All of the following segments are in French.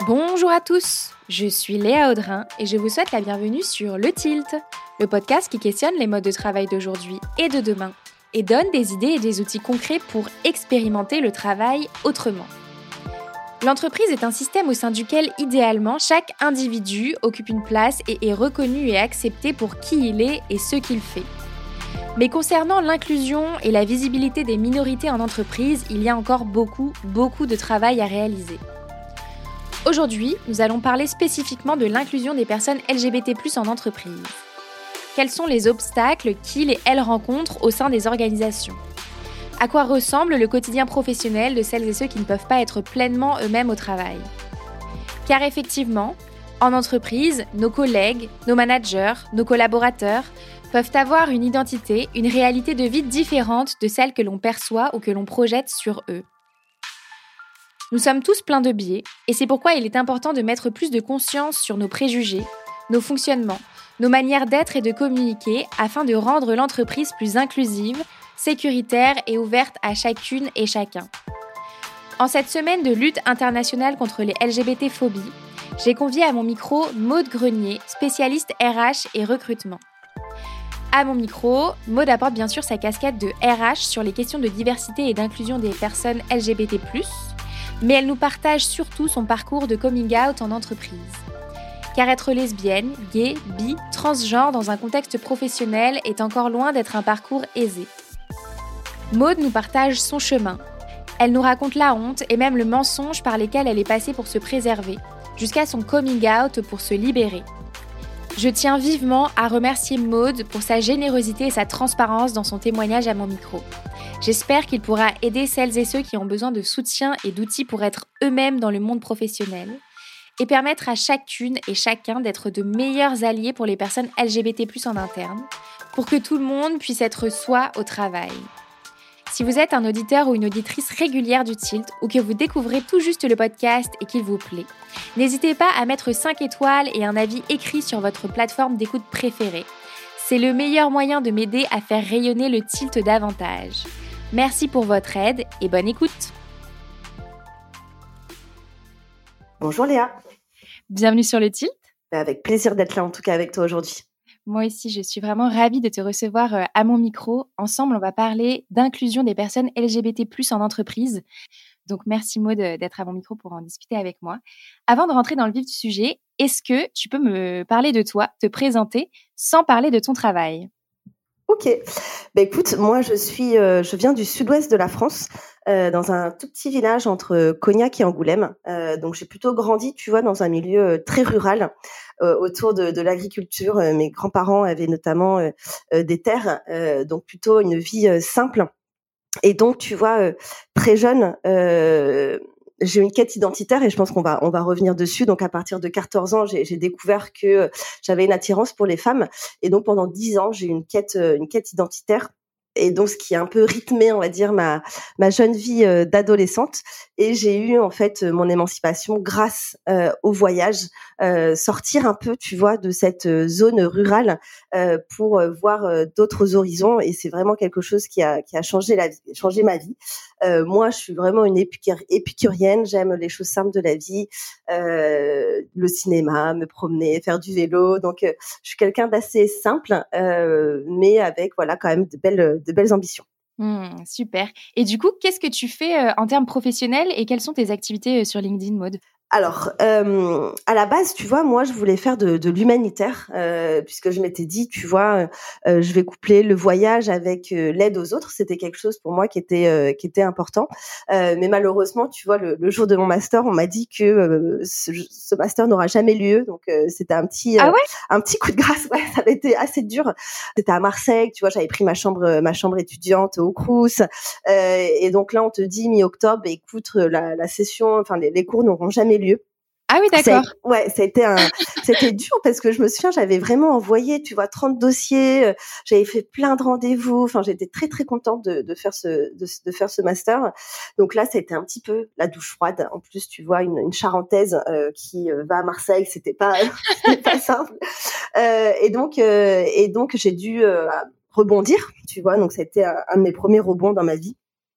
Bonjour à tous, je suis Léa Audrin et je vous souhaite la bienvenue sur Le Tilt, le podcast qui questionne les modes de travail d'aujourd'hui et de demain et donne des idées et des outils concrets pour expérimenter le travail autrement. L'entreprise est un système au sein duquel, idéalement, chaque individu occupe une place et est reconnu et accepté pour qui il est et ce qu'il fait. Mais concernant l'inclusion et la visibilité des minorités en entreprise, il y a encore beaucoup de travail à réaliser. Aujourd'hui, nous allons parler spécifiquement de l'inclusion des personnes LGBT+ en entreprise. Quels sont les obstacles qu'ils et elles rencontrent au sein des organisations ? À quoi ressemble le quotidien professionnel de celles et ceux qui ne peuvent pas être pleinement eux-mêmes au travail ? Car effectivement, en entreprise, nos collègues, nos managers, nos collaborateurs peuvent avoir une identité, une réalité de vie différente de celle que l'on perçoit ou que l'on projette sur eux. Nous sommes tous pleins de biais, et c'est pourquoi il est important de mettre plus de conscience sur nos préjugés, nos fonctionnements, nos manières d'être et de communiquer afin de rendre l'entreprise plus inclusive, sécuritaire et ouverte à chacune et chacun. En cette semaine de lutte internationale contre les LGBT-phobies, j'ai convié à mon micro Maude Grenier, spécialiste RH et recrutement. À mon micro, Maude apporte bien sûr sa casquette de RH sur les questions de diversité et d'inclusion des personnes LGBT+, mais elle nous partage surtout son parcours de coming out en entreprise. Car être lesbienne, gay, bi, transgenre dans un contexte professionnel est encore loin d'être un parcours aisé. Maude nous partage son chemin. Elle nous raconte la honte et même le mensonge par lesquels elle est passée pour se préserver, jusqu'à son coming out pour se libérer. Je tiens vivement à remercier Maude pour sa générosité et sa transparence dans son témoignage à mon micro. J'espère qu'il pourra aider celles et ceux qui ont besoin de soutien et d'outils pour être eux-mêmes dans le monde professionnel et permettre à chacune et chacun d'être de meilleurs alliés pour les personnes LGBT+ en interne, pour que tout le monde puisse être soi au travail. Si vous êtes un auditeur ou une auditrice régulière du Tilt ou que vous découvrez tout juste le podcast et qu'il vous plaît, n'hésitez pas à mettre 5 étoiles et un avis écrit sur votre plateforme d'écoute préférée. C'est le meilleur moyen de m'aider à faire rayonner le Tilt davantage. Merci pour votre aide et bonne écoute. Bonjour Léa. Bienvenue sur le Tilt. Avec plaisir d'être là en tout cas avec toi aujourd'hui. Moi aussi, je suis vraiment ravie de te recevoir à mon micro. Ensemble, on va parler d'inclusion des personnes LGBT+ en entreprise. Donc, merci Maude d'être à mon micro pour en discuter avec moi. Avant de rentrer dans le vif du sujet, est-ce que tu peux me parler de toi, te présenter, sans parler de ton travail ? Ok. Écoute, moi je viens du sud-ouest de la France, dans un tout petit village entre Cognac et Angoulême. Donc j'ai plutôt grandi, tu vois, dans un milieu très rural, autour de l'agriculture. Mes grands-parents avaient notamment des terres, donc plutôt une vie simple. Et donc tu vois, très jeune, j'ai une quête identitaire et je pense qu'on va revenir dessus. Donc à partir de 14 ans, j'ai découvert que j'avais une attirance pour les femmes et donc pendant 10 ans, j'ai eu une quête identitaire. Et donc, ce qui a un peu rythmé, on va dire, ma jeune vie d'adolescente. Et j'ai eu, en fait, mon émancipation grâce au voyage, sortir un peu, tu vois, de cette zone rurale pour voir d'autres horizons. Et c'est vraiment quelque chose qui a changé ma vie. Moi, je suis vraiment une épicurienne. J'aime les choses simples de la vie, le cinéma, me promener, faire du vélo. Donc, je suis quelqu'un d'assez simple, mais avec, voilà, quand même de belles ambitions. Super. Et du coup, qu'est-ce que tu fais en termes professionnels et quelles sont tes activités sur LinkedIn, Maude ? Alors, à la base, tu vois, moi, je voulais faire de l'humanitaire, puisque je m'étais dit, tu vois, je vais coupler le voyage avec l'aide aux autres. C'était quelque chose pour moi qui était important. Mais malheureusement, tu vois, le jour de mon master, on m'a dit que ce master n'aura jamais lieu. Donc, c'était un petit coup de grâce. Ouais, ça avait été assez dur. C'était à Marseille, tu vois, j'avais pris ma chambre étudiante au Crous. Et donc là, on te dit mi-octobre, écoute, la session, enfin les cours n'auront jamais lieu. Ah oui, d'accord. C'était dur parce que je me souviens, j'avais vraiment envoyé, tu vois, 30 dossiers, j'avais fait plein de rendez-vous. Enfin, j'étais très très contente de faire ce master. Donc là, ça a été un petit peu la douche froide. En plus, tu vois, une Charentaise qui va à Marseille, c'était pas simple. Et donc j'ai dû rebondir, tu vois. Donc ça a été un de mes premiers rebonds dans ma vie.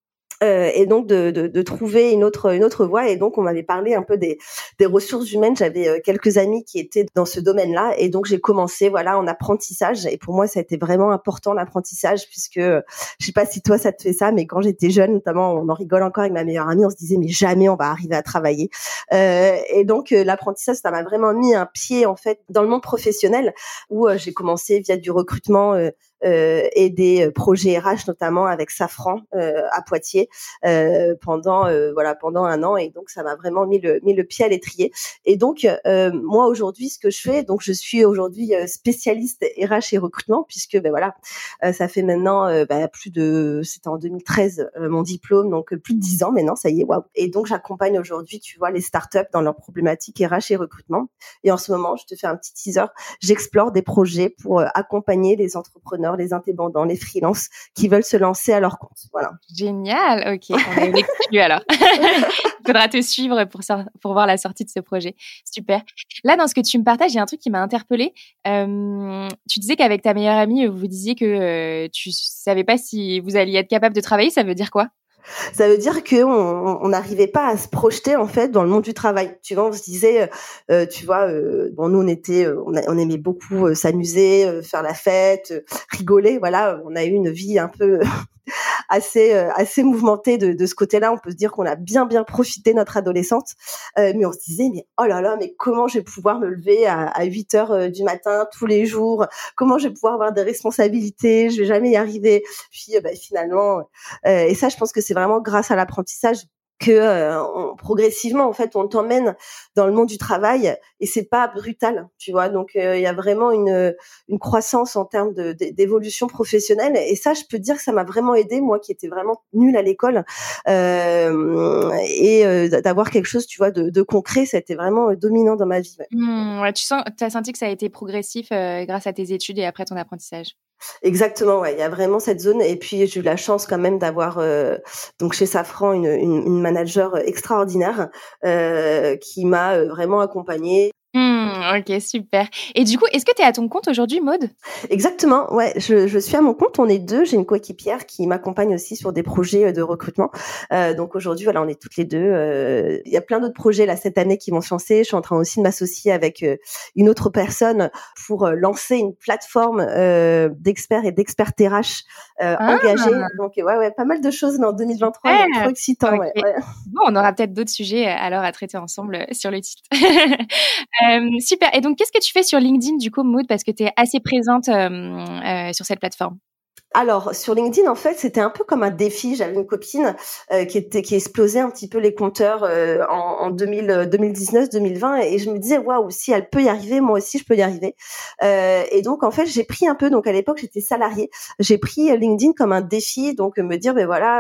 et donc de trouver une autre voie. Et donc on m'avait parlé un peu des ressources humaines. J'avais quelques amis qui étaient dans ce domaine-là, et donc j'ai commencé en apprentissage. Et pour moi, ça a été vraiment important, l'apprentissage, puisque je sais pas si toi ça te fait ça, mais quand j'étais jeune, notamment, on en rigole encore avec ma meilleure amie, on se disait mais jamais on va arriver à travailler. Et donc l'apprentissage, ça m'a vraiment mis un pied en fait dans le monde professionnel, où j'ai commencé via du recrutement et des projets RH, notamment avec Safran à Poitiers, pendant 1 an. Et donc ça m'a vraiment mis le pied à l'étrier. Et donc moi aujourd'hui, ce que je fais, donc je suis aujourd'hui spécialiste RH et recrutement, puisque ça fait maintenant c'était en 2013 mon diplôme, donc plus de 10 ans maintenant, ça y est, waouh. Et donc j'accompagne aujourd'hui, tu vois, les startups dans leurs problématiques RH et recrutement. Et en ce moment, je te fais un petit teaser, j'explore des projets pour accompagner les entrepreneurs, les indépendants, les freelances qui veulent se lancer à leur compte. Voilà. Génial, ok, on est exclu alors. Il faudra te suivre pour voir la sortie de ce projet. Super. Là, dans ce que tu me partages, il y a un truc qui m'a interpellée. Tu disais qu'avec ta meilleure amie, vous disiez que tu savais pas si vous alliez être capable de travailler. Ça veut dire quoi? Ça veut dire que on n'arrivait pas à se projeter en fait dans le monde du travail. Tu vois, on se disait, nous on aimait beaucoup s'amuser, faire la fête, rigoler. Voilà, on a eu une vie un peu assez mouvementée de ce côté-là. On peut se dire qu'on a bien profité de notre adolescente, mais on se disait mais oh là là, mais comment je vais pouvoir me lever à 8h du matin tous les jours? Comment je vais pouvoir avoir des responsabilités? Je vais jamais y arriver. Puis finalement, et ça, je pense que c'est vraiment grâce à l'apprentissage que progressivement en fait on t'emmène dans le monde du travail, et c'est pas brutal, tu vois. Donc il y a vraiment une croissance en termes d'évolution professionnelle, et ça, je peux dire que ça m'a vraiment aidé, moi qui étais vraiment nulle à l'école, d'avoir quelque chose, tu vois, de concret. Ça a été vraiment dominant dans ma vie. Ouais. Ouais, tu as senti que ça a été progressif grâce à tes études et après ton apprentissage. Exactement, ouais, il y a vraiment cette zone. Et puis j'ai eu la chance quand même d'avoir donc chez Safran une manager extraordinaire qui m'a vraiment accompagnée. Ok, super. Et du coup, est-ce que tu es à ton compte aujourd'hui, Maude? Exactement, ouais, je suis à mon compte, on est deux, j'ai une coéquipière qui m'accompagne aussi sur des projets de recrutement. Donc aujourd'hui, voilà, on est toutes les deux. Il y a plein d'autres projets là cette année qui vont se lancer. Je suis en train aussi de m'associer avec une autre personne pour lancer une plateforme d'experts et d'expertes RH engagés. Donc ouais, pas mal de choses dans 2023, donc trop excitant. Okay. Ouais. Bon, on aura peut-être d'autres sujets alors à traiter ensemble sur le titre. Super. Et donc, qu'est-ce que tu fais sur LinkedIn du coup, Maude, parce que tu es assez présente sur cette plateforme? Alors, sur LinkedIn, en fait, c'était un peu comme un défi. J'avais une copine qui explosait un petit peu les compteurs en 2019-2020, et je me disais waouh, si elle peut y arriver, moi aussi je peux y arriver. Et donc en fait, j'ai pris un peu. Donc à l'époque, j'étais salariée. J'ai pris LinkedIn comme un défi, donc me dire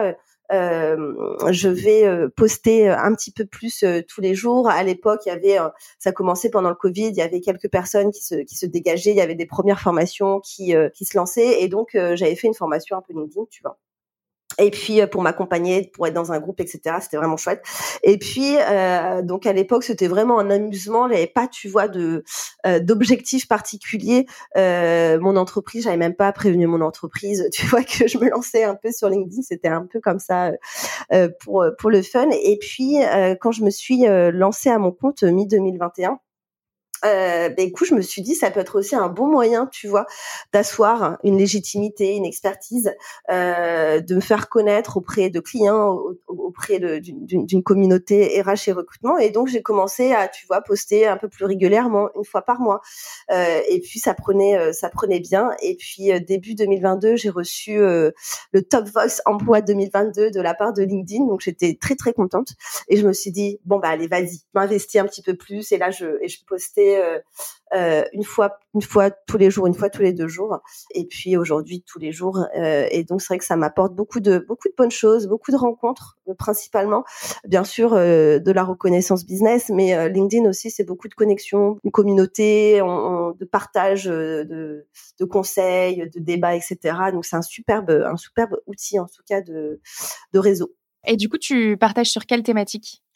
je vais poster un petit peu plus tous les jours. À l'époque, il y avait, ça commençait pendant le Covid, il y avait quelques personnes qui se dégageaient, il y avait des premières formations qui se lançaient, et donc j'avais fait une formation un peu LinkedIn, tu vois. Et puis pour m'accompagner, pour être dans un groupe, etc. C'était vraiment chouette. Et puis donc à l'époque, c'était vraiment un amusement. J'avais pas, tu vois, d'objectif particulier. Mon entreprise, j'avais même pas prévenu mon entreprise, tu vois, que je me lançais un peu sur LinkedIn. C'était un peu comme ça pour le fun. Et puis quand je me suis lancée à mon compte mi-2021. Écoute, je me suis dit, ça peut être aussi un bon moyen, tu vois, d'asseoir une légitimité, une expertise, de me faire connaître auprès de clients, auprès d'une communauté RH et recrutement. Et donc, j'ai commencé à, tu vois, poster un peu plus régulièrement, une fois par mois. Et puis, ça prenait bien. Et puis, début 2022, j'ai reçu le Top Voice Emploi 2022 de la part de LinkedIn. Donc, j'étais très, très contente. Et je me suis dit, bon, allez, vas-y, m'investis un petit peu plus. Et là, je postais une fois tous les jours, une fois tous les 2 jours, et puis aujourd'hui tous les jours. Et donc c'est vrai que ça m'apporte beaucoup de bonnes choses, beaucoup de rencontres, principalement, bien sûr, de la reconnaissance business, mais LinkedIn aussi, c'est beaucoup de connexions, une communauté, de partage, de conseils, de débats, etc. Donc c'est un superbe outil en tout cas de réseau. Et du coup, tu partages sur quelle thématique?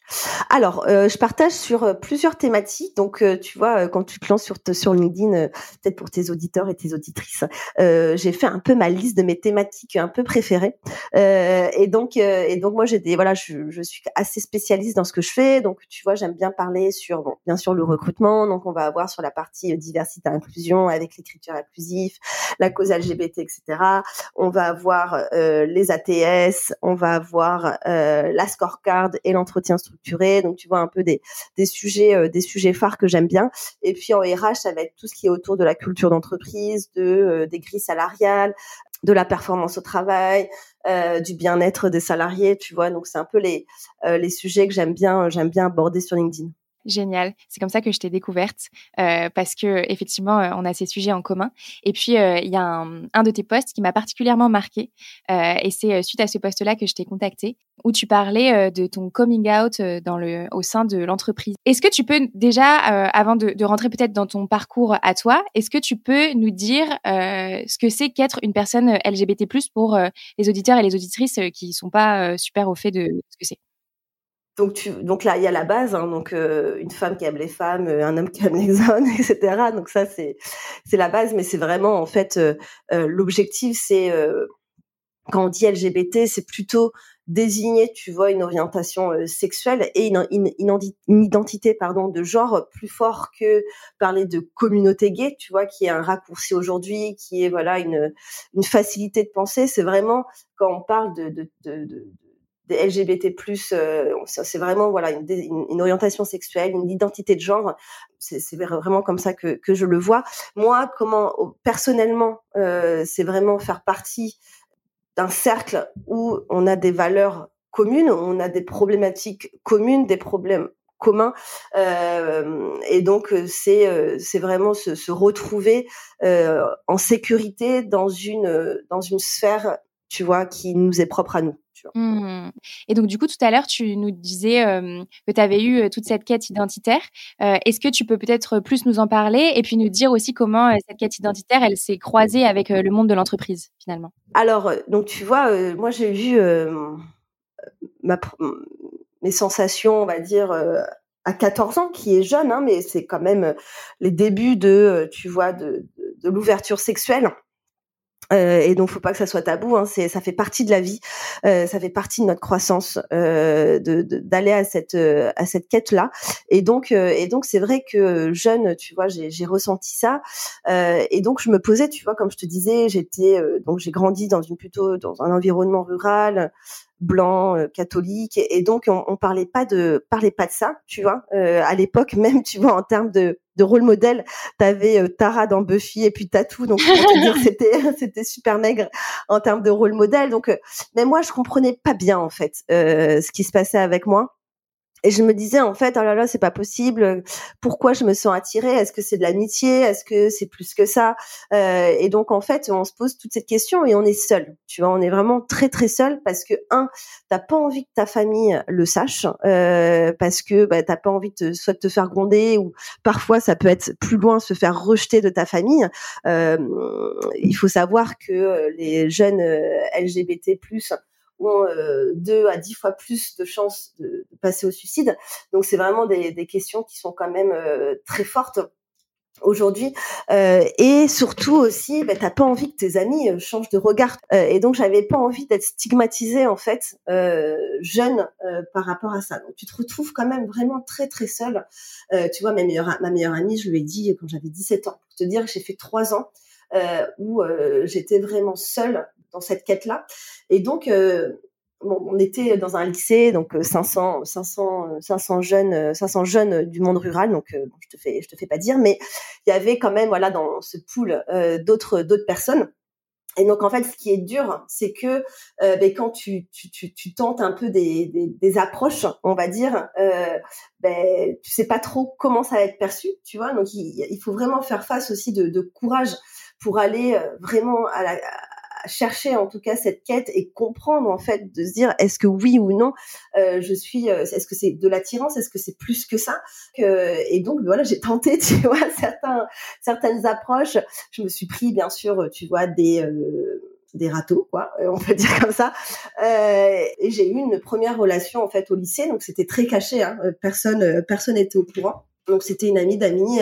Alors, je partage sur, plusieurs thématiques. Donc, tu vois, quand tu te lances sur LinkedIn, peut-être pour tes auditeurs et tes auditrices, j'ai fait un peu ma liste de mes thématiques un peu préférées. Et donc moi, je suis assez spécialiste dans ce que je fais. Donc, tu vois, j'aime bien parler sur, bon, bien sûr, le recrutement. Donc, on va avoir sur la partie, diversité inclusion avec l'écriture inclusive, la cause LGBT, et cetera. On va avoir, les ATS, on va avoir, la scorecard et l'entretien structuré. Donc, tu vois, un peu des sujets phares que j'aime bien. Et puis, en RH, ça va être tout ce qui est autour de la culture d'entreprise, des grilles salariales, de la performance au travail, du bien-être des salariés, tu vois. Donc, c'est un peu les sujets que j'aime bien aborder sur LinkedIn. Génial. C'est comme ça que je t'ai découverte parce que effectivement, on a ces sujets en commun. Et puis, il y a un de tes posts qui m'a particulièrement marquée et c'est suite à ce post-là que je t'ai contactée où tu parlais de ton coming out au sein de l'entreprise. Est-ce que tu peux déjà, avant de rentrer peut-être dans ton parcours à toi, est-ce que tu peux nous dire ce que c'est qu'être une personne LGBT+ pour les auditeurs et les auditrices qui sont pas super au fait de ce que c'est? Donc là, il y a la base, hein, donc une femme qui aime les femmes, un homme qui aime les hommes, et cetera. Donc ça, c'est la base, mais c'est vraiment en fait l'objectif, c'est quand on dit LGBT, c'est plutôt désigner, tu vois, une orientation sexuelle et une identité, pardon, de genre plus fort que parler de communauté gay, tu vois, qui est un raccourci aujourd'hui, qui est voilà une facilité de penser. C'est vraiment quand on parle des LGBT+, c'est vraiment voilà une orientation sexuelle, une identité de genre. C'est vraiment comme ça que je le vois. Moi, personnellement, c'est vraiment faire partie d'un cercle où on a des valeurs communes, on a des problématiques communes, des problèmes communs, et donc c'est vraiment se retrouver en sécurité dans une sphère, tu vois, qui nous est propre à nous. Tu vois. Mmh. Et donc, du coup, tout à l'heure, tu nous disais que tu avais eu toute cette quête identitaire. Est-ce que tu peux peut-être plus nous en parler et puis nous dire aussi comment cette quête identitaire, elle s'est croisée avec le monde de l'entreprise, finalement? Alors, donc tu vois, moi j'ai vu ma pr- mes sensations, on va dire, à 14 ans, qui est jeune, hein, mais c'est quand même les débuts tu vois, de l'ouverture sexuelle. Et donc, faut pas que ça soit tabou. Hein, ça fait partie de la vie, ça fait partie de notre croissance, d'aller à cette quête-là. Et donc, c'est vrai que jeune, tu vois, j'ai ressenti ça. Et donc, je me posais, tu vois, comme je te disais, donc j'ai grandi dans un environnement rural, blanc, catholique, et donc on parlait pas de ça, tu vois. À l'époque, même, tu vois, en termes de rôle modèle, t'avais Tara dans Buffy et puis Tatou, donc pour te dire, c'était super maigre en termes de rôle modèle. Donc, mais moi, je comprenais pas bien en fait ce qui se passait avec moi. Et je me disais, en fait, oh là là, c'est pas possible. Pourquoi je me sens attirée? Est-ce que c'est de l'amitié? Est-ce que c'est plus que ça? Et donc, en fait, on se pose toute cette question et on est seul. Tu vois, on est vraiment très, très seul parce que, t'as pas envie que ta famille le sache, parce que t'as pas envie soit de te faire gronder, ou parfois, ça peut être plus loin, se faire rejeter de ta famille. Il faut savoir que les jeunes LGBT+, ont 2 à 10 fois plus de chances de passer au suicide. Donc, c'est vraiment des questions qui sont quand même très fortes aujourd'hui. Et surtout aussi, t'as pas envie que tes amis changent de regard. Et donc, j'avais pas envie d'être stigmatisée, en fait, jeune, par rapport à ça. Donc, tu te retrouves quand même vraiment très, très seule. Tu vois, ma meilleure amie, je lui ai dit quand j'avais 17 ans. Pour te dire, j'ai fait 3 ans où j'étais vraiment seule dans cette quête-là. Et donc, on était dans un lycée, donc 500 jeunes du monde rural. Donc, je te fais pas dire, mais il y avait quand même, voilà, dans ce pool d'autres personnes. Et donc, en fait, ce qui est dur, c'est que quand tu tentes un peu des approches, on va dire, tu sais pas trop comment ça va être perçu, tu vois. Donc, il faut vraiment faire face aussi de courage pour aller vraiment à chercher en tout cas cette quête et comprendre, en fait, de se dire, est-ce que oui ou non est-ce que c'est de l'attirance, est-ce que c'est plus que ça, et donc voilà, j'ai tenté, tu vois, certaines approches. Je me suis pris, bien sûr, tu vois, des râteaux, quoi, on peut dire comme ça. Et j'ai eu une première relation en fait au lycée, donc c'était très caché, hein, personne n'était au courant. Donc c'était une amie d'amis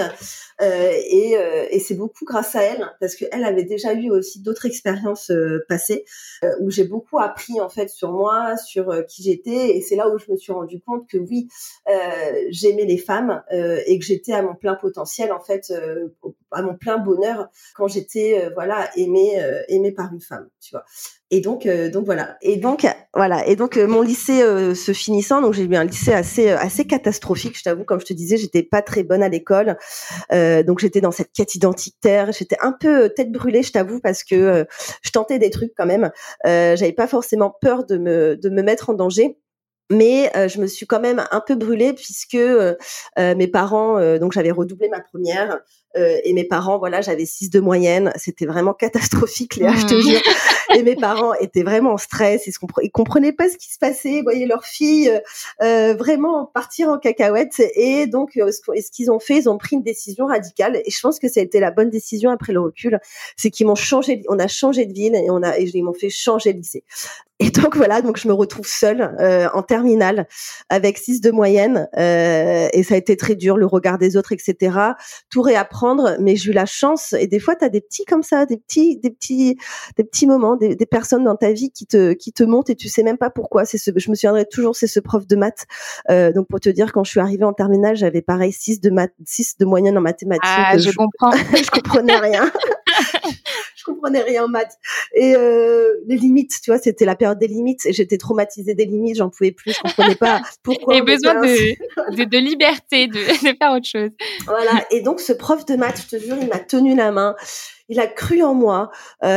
et c'est beaucoup grâce à elle parce qu'elle avait déjà eu aussi d'autres expériences passées où j'ai beaucoup appris en fait sur moi, sur qui j'étais, et c'est là où je me suis rendu compte que oui, j'aimais les femmes et que j'étais à mon plein potentiel en fait, à mon plein bonheur quand j'étais aimée par une femme, tu vois. Et donc voilà. Et donc mon lycée se finissant, donc j'ai eu un lycée assez catastrophique, je t'avoue. Comme je te disais, j'étais pas très bonne à l'école, donc j'étais dans cette quête identitaire. J'étais un peu tête brûlée, je t'avoue, parce que je tentais des trucs quand même. J'avais pas forcément peur de me mettre en danger. Mais je me suis quand même un peu brûlée puisque mes parents, donc j'avais redoublé ma première et mes parents, voilà, j'avais 6 de moyenne. C'était vraiment catastrophique, Léa, je te jure. Et mes parents étaient vraiment en stress. Ils comprenaient pas ce qui se passait. Ils voyaient leur fille vraiment partir en cacahuète. Et donc, ce qu'ils ont fait, ils ont pris une décision radicale. Et je pense que ça a été la bonne décision après le recul. C'est qu'ils m'ont changé. On a changé de ville et ils m'ont fait changer de lycée. Et donc voilà, donc je me retrouve seule en terminale avec 6 de moyenne et ça a été très dur, le regard des autres, etc. Tout réapprendre, mais j'ai eu la chance. Et des fois, t'as des petits comme ça, des petits moments, des personnes dans ta vie qui te montent et tu sais même pas pourquoi. Je me souviendrai toujours, c'est ce prof de maths. Donc pour te dire, quand je suis arrivée en terminale, j'avais pareil 6 de moyenne en mathématiques. Ah, je comprends. Je comprenais rien. Je comprenais rien en maths. Et les limites, tu vois, c'était la période des limites et j'étais traumatisée des limites, j'en pouvais plus, je comprenais pas pourquoi. Et besoin de liberté, de faire autre chose. Voilà. Et donc ce prof de maths, je te jure, il m'a tenu la main, il a cru en moi,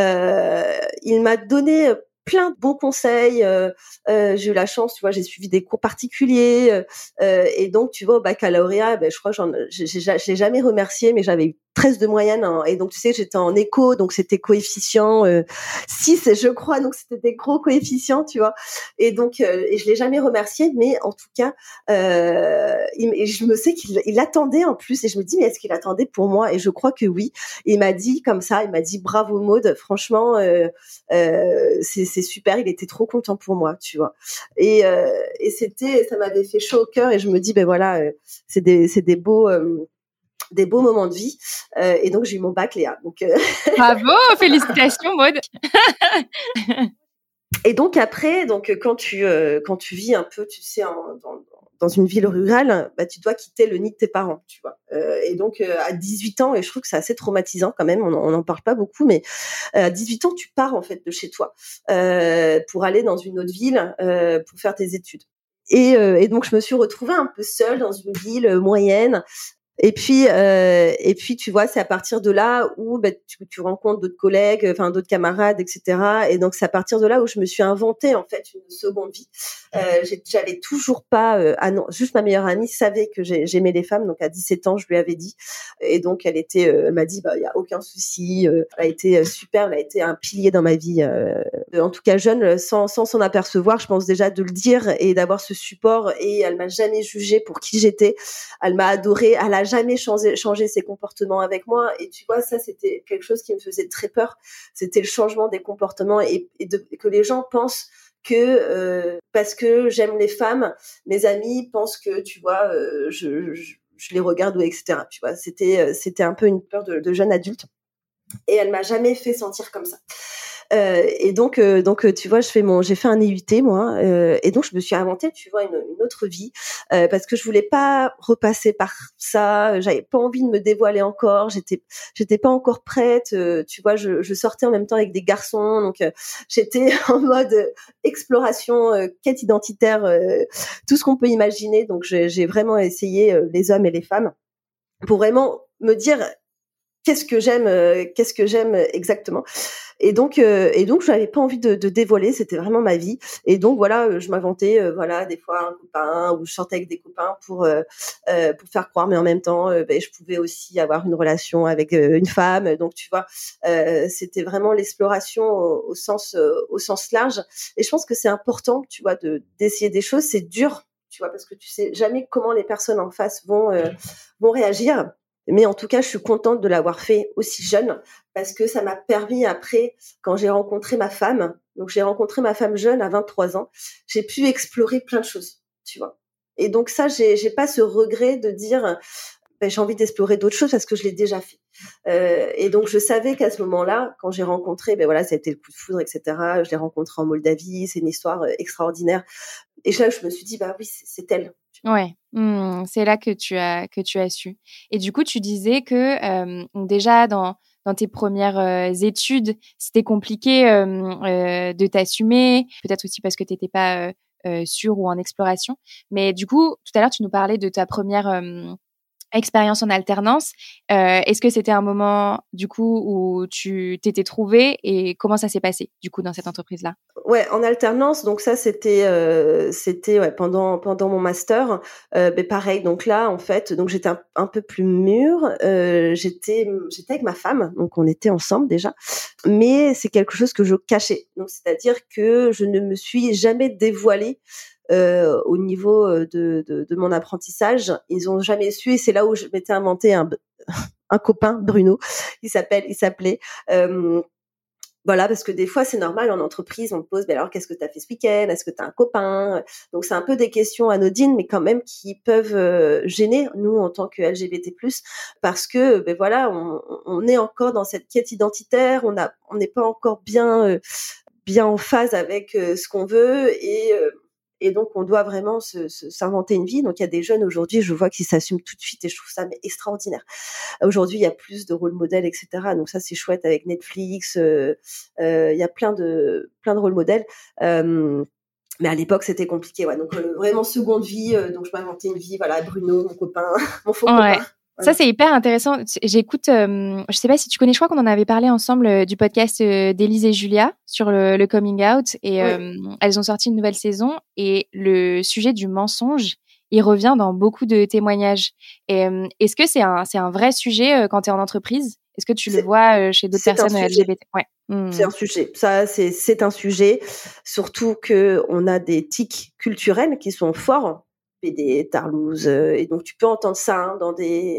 il m'a donné plein de bons conseils. J'ai eu la chance, tu vois, j'ai suivi des cours particuliers et donc tu vois au baccalauréat, je crois que je l'ai jamais remercié, mais j'avais eu 13 de moyenne, hein, et donc tu sais, j'étais en éco, donc c'était coefficient 6, je crois, donc c'était des gros coefficients, tu vois. Et donc et je l'ai jamais remercié, mais en tout cas je me sais qu'il attendait en plus, et je me dis mais est-ce qu'il attendait pour moi? Et je crois que oui. Et il m'a dit comme ça, il m'a dit bravo Maude, franchement c'est super, il était trop content pour moi, tu vois. Et ça m'avait fait chaud au cœur, et je me dis ben voilà, c'est des beaux moments de vie, et donc j'ai eu mon bac, Léa. Donc bravo, félicitations Maude. Et donc après, quand tu vis un peu, tu sais, dans une ville rurale, tu dois quitter le nid de tes parents, tu vois. Et donc à 18 ans, et je trouve que c'est assez traumatisant quand même, on n'en parle pas beaucoup, mais à 18 ans, tu pars en fait de chez toi pour aller dans une autre ville pour faire tes études. Et donc je me suis retrouvée un peu seule dans une ville moyenne. Et puis, tu vois, c'est à partir de là où tu rencontres d'autres collègues, enfin d'autres camarades, etc. Et donc, c'est à partir de là où je me suis inventée en fait une seconde vie. J'avais toujours pas, juste ma meilleure amie savait que j'aimais les femmes. Donc à 17 ans, je lui avais dit. Et donc elle m'a dit, il y a aucun souci. Elle a été super, elle a été un pilier dans ma vie. En tout cas jeune, sans s'en apercevoir, je pense déjà de le dire et d'avoir ce support. Et elle m'a jamais jugée pour qui j'étais. Elle m'a adorée. Elle a jamais changé ses comportements avec moi. Et tu vois, ça, c'était quelque chose qui me faisait très peur. C'était le changement des comportements et que les gens pensent que parce que j'aime les femmes, mes amis pensent que, tu vois, je les regarde, ou etc. Tu vois, c'était un peu une peur de jeune adulte. Et elle m'a jamais fait sentir comme ça. Et donc tu vois, j'ai fait un IUT moi, et donc je me suis inventé, tu vois, une autre vie parce que je voulais pas repasser par ça. J'avais pas envie de me dévoiler encore. J'étais pas encore prête. Tu vois, je sortais en même temps avec des garçons, donc j'étais en mode exploration, quête identitaire, tout ce qu'on peut imaginer. Donc j'ai vraiment essayé les hommes et les femmes pour vraiment me dire qu'est-ce que j'aime exactement. Et donc je n'avais pas envie de dévoiler, c'était vraiment ma vie. Et donc voilà, je m'inventais voilà des fois un copain, ou je sortais avec des copains pour faire croire, mais en même temps je pouvais aussi avoir une relation avec une femme. Donc tu vois, c'était vraiment l'exploration au sens large. Et je pense que c'est important, tu vois, d'essayer des choses. C'est dur, tu vois, parce que tu sais jamais comment les personnes en face vont réagir. Mais en tout cas, je suis contente de l'avoir fait aussi jeune parce que ça m'a permis après, quand j'ai rencontré ma femme, donc j'ai rencontré ma femme jeune à 23 ans, j'ai pu explorer plein de choses, tu vois. Et donc ça, j'ai pas ce regret de dire, j'ai envie d'explorer d'autres choses parce que je l'ai déjà fait. Et donc je savais qu'à ce moment-là, quand j'ai rencontré, voilà, ça a été le coup de foudre, etc. Je l'ai rencontré en Moldavie, c'est une histoire extraordinaire. Et là, je me suis dit, bah oui, c'est elle. Ouais, c'est là que tu as su. Et du coup, tu disais que déjà dans tes premières études, c'était compliqué de t'assumer, peut-être aussi parce que tu n'étais pas sûre ou en exploration. Mais du coup, tout à l'heure, tu nous parlais de ta première expérience en alternance. Est-ce que c'était un moment du coup où tu t'étais trouvée et comment ça s'est passé du coup dans cette entreprise-là? Ouais, en alternance, donc ça c'était ouais, pendant mon master. Pareil, donc là en fait, donc j'étais un peu plus mûre. J'étais avec ma femme, donc on était ensemble déjà. Mais c'est quelque chose que je cachais. Donc c'est-à-dire que je ne me suis jamais dévoilée au niveau de mon apprentissage. Ils ont jamais su et c'est là où je m'étais inventé un copain, Bruno. Il s'appelait. Voilà, parce que des fois, c'est normal, en entreprise, on te pose, alors, qu'est-ce que tu as fait ce week-end? Est-ce que tu as un copain? Donc, c'est un peu des questions anodines, mais quand même qui peuvent gêner, nous, en tant que LGBT+, parce que, voilà, on est encore dans cette quête identitaire, on n'est pas encore bien en phase avec ce qu'on veut et donc on doit vraiment s'inventer une vie. Donc il y a des jeunes aujourd'hui, je vois qu'ils s'assument tout de suite et je trouve ça extraordinaire. Aujourd'hui, il y a plus de rôle modèles, etc. Donc ça c'est chouette avec Netflix. Il y a plein de rôle modèles. Mais à l'époque, c'était compliqué. Ouais. Donc vraiment seconde vie. Donc je m'inventais une vie. Voilà, Bruno, mon copain, mon faux Ouais. copain. Ça, c'est hyper intéressant. J'écoute, je sais pas si tu connais, je crois qu'on en avait parlé ensemble du podcast d'Élise et Julia sur le coming out. Et Ouais. elles ont sorti une nouvelle saison. Et le sujet du mensonge, il revient dans beaucoup de témoignages. Et est-ce que c'est un vrai sujet quand tu es en entreprise? Est-ce que tu le vois chez d'autres C'est un personnes sujet. LGBT? Ouais. C'est un sujet. Ça, c'est un sujet. Surtout que on a des tics culturels qui sont forts. PD, Tarlouse, et donc tu peux entendre ça dans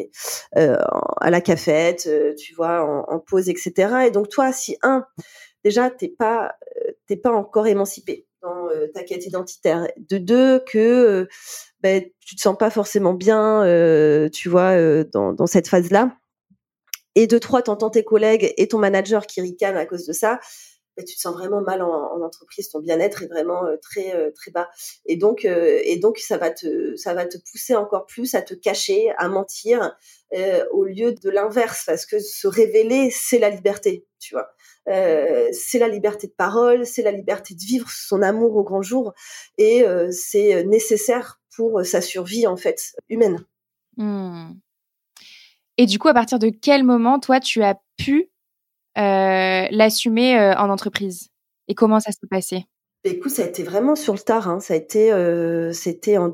à la cafette, tu vois, en pause, etc. Et donc toi, si déjà t'es pas encore émancipé dans ta quête identitaire. De deux, que tu te sens pas forcément bien, tu vois, dans cette phase-là. Et de trois, t'entends tes collègues et ton manager qui ricanent à cause de ça, tu te sens vraiment mal en entreprise, ton bien-être est vraiment très bas. Et donc ça va te pousser encore plus à te cacher, à mentir, au lieu de l'inverse, parce que se révéler, c'est la liberté, tu vois. C'est la liberté de parole, c'est la liberté de vivre son amour au grand jour, et c'est nécessaire pour sa survie en fait humaine. Et du coup, à partir de quel moment, toi, tu as pu l'assumer en entreprise? Et comment ça s'est passé? Écoute, ça a été vraiment sur le tard, hein. C'était en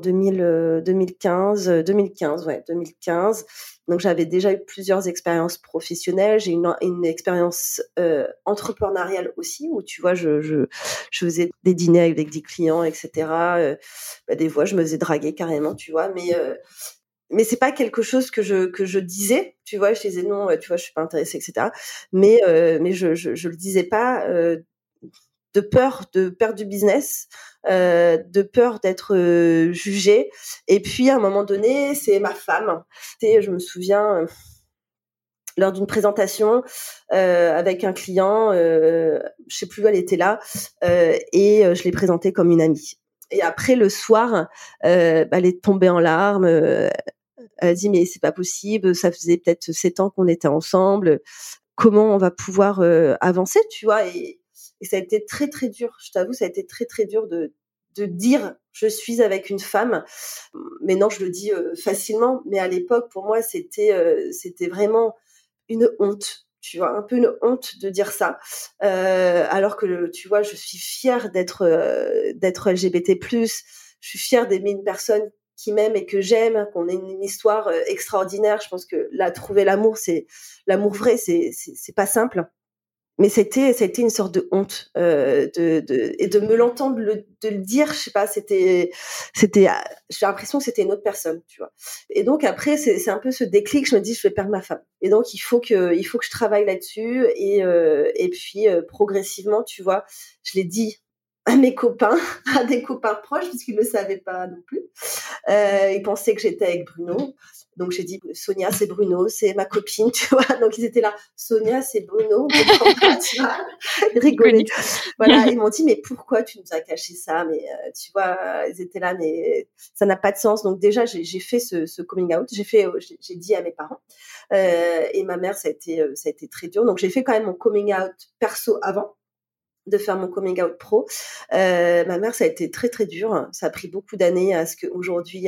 2015, ouais, 2015. Donc j'avais déjà eu plusieurs expériences professionnelles. J'ai une expérience entrepreneuriale aussi, où tu vois, je faisais des dîners avec des clients, etc. Des fois, je me faisais draguer carrément, tu vois. Mais c'est pas quelque chose que je disais, tu vois. Je disais non, tu vois, je suis pas intéressée, etc. Mais je le disais pas. De peur de perdre du business, de peur d'être jugée. Et puis à un moment donné, c'est ma femme. Je me souviens lors d'une présentation avec un client, je sais plus où elle était là, et je l'ai présentée comme une amie. Et après le soir, elle est tombée en larmes. Elle a dit mais c'est pas possible, ça faisait peut-être 7 ans qu'on était ensemble. Comment on va pouvoir avancer, tu vois. Et ça a été très très dur, je t'avoue, ça a été très très dur de dire je suis avec une femme. Maintenant je le dis facilement, mais à l'époque pour moi c'était vraiment une honte, tu vois, un peu une honte de dire ça, alors que tu vois, je suis fière d'être LGBT+, je suis fière d'aimer une personne qui m'aime et que j'aime, qu'on ait une histoire extraordinaire. Je pense que là, trouver l'amour, c'est l'amour vrai, c'est pas simple. Mais ça a été une sorte de honte et de me l'entendre de le dire, je sais pas, j'ai l'impression que c'était une autre personne, tu vois. Et donc après, c'est un peu ce déclic, je me dis, je vais perdre ma femme. Et donc il faut que je travaille là-dessus et puis progressivement, tu vois, je l'ai dit à mes copains, à des copains proches, parce qu'ils ne le savaient pas non plus. Ils pensaient que j'étais avec Bruno. Donc j'ai dit Sonia, c'est Bruno, c'est ma copine, tu vois. Donc ils étaient là, Sonia, c'est Bruno, on comprend pas, tu vois, rigoler. Voilà, ils m'ont dit mais pourquoi tu nous as caché ça? Mais tu vois, ils étaient là, mais ça n'a pas de sens. Donc déjà j'ai fait ce coming out, j'ai dit à mes parents et ma mère ça a été très dur. Donc j'ai fait quand même mon coming out perso avant de faire mon coming out pro. Ma mère ça a été très très dur. Ça a pris beaucoup d'années à ce qu'aujourd'hui